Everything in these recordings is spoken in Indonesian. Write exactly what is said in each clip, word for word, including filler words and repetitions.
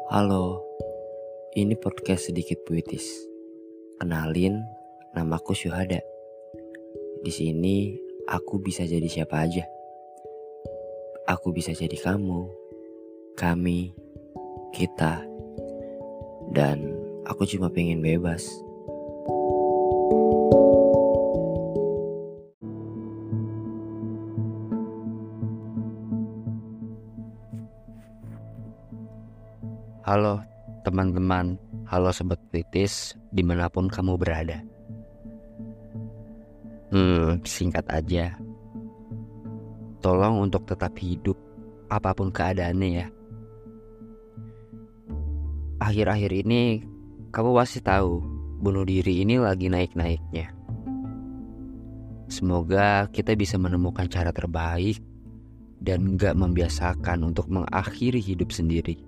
Halo, ini podcast sedikit puitis. Kenalin, namaku Syuhada. Di sini aku bisa jadi siapa aja. Aku bisa jadi kamu, kami, kita, dan aku cuma pengen bebas. Halo teman-teman, halo sobat kritis dimanapun kamu berada. Hmm, singkat aja. Tolong untuk tetap hidup apapun keadaannya ya. Akhir-akhir ini kamu pasti tahu bunuh diri ini lagi naik-naiknya. Semoga kita bisa menemukan cara terbaik dan gak membiasakan untuk mengakhiri hidup sendiri.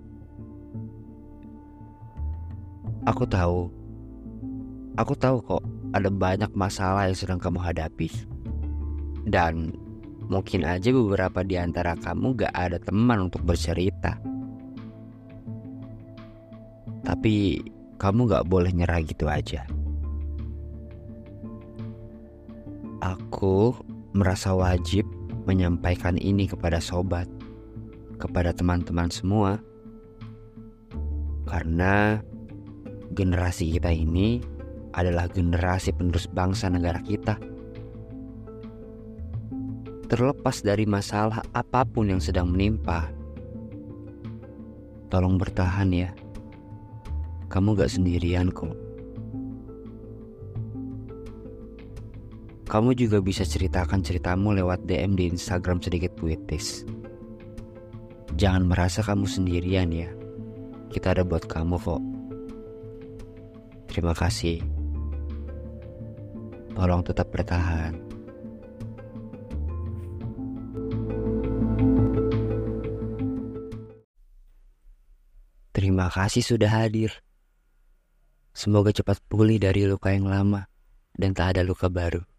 Aku tahu, aku tahu kok ada banyak masalah yang sedang kamu hadapi. Dan mungkin aja beberapa di antara kamu gak ada teman untuk bercerita. Tapi kamu gak boleh nyerah gitu aja. Aku merasa wajib menyampaikan ini kepada sobat, kepada teman-teman semua. Karena generasi kita ini adalah generasi penerus bangsa negara kita. Terlepas dari masalah apapun yang sedang menimpa, tolong bertahan ya. Kamu gak sendirian kok. Kamu juga bisa ceritakan ceritamu lewat D M di Instagram Sedikit Puitis. Jangan merasa kamu sendirian ya. Kita ada buat kamu kok. Terima kasih. Tolong tetap bertahan. Terima kasih sudah hadir. Semoga cepat pulih dari luka yang lama dan tak ada luka baru.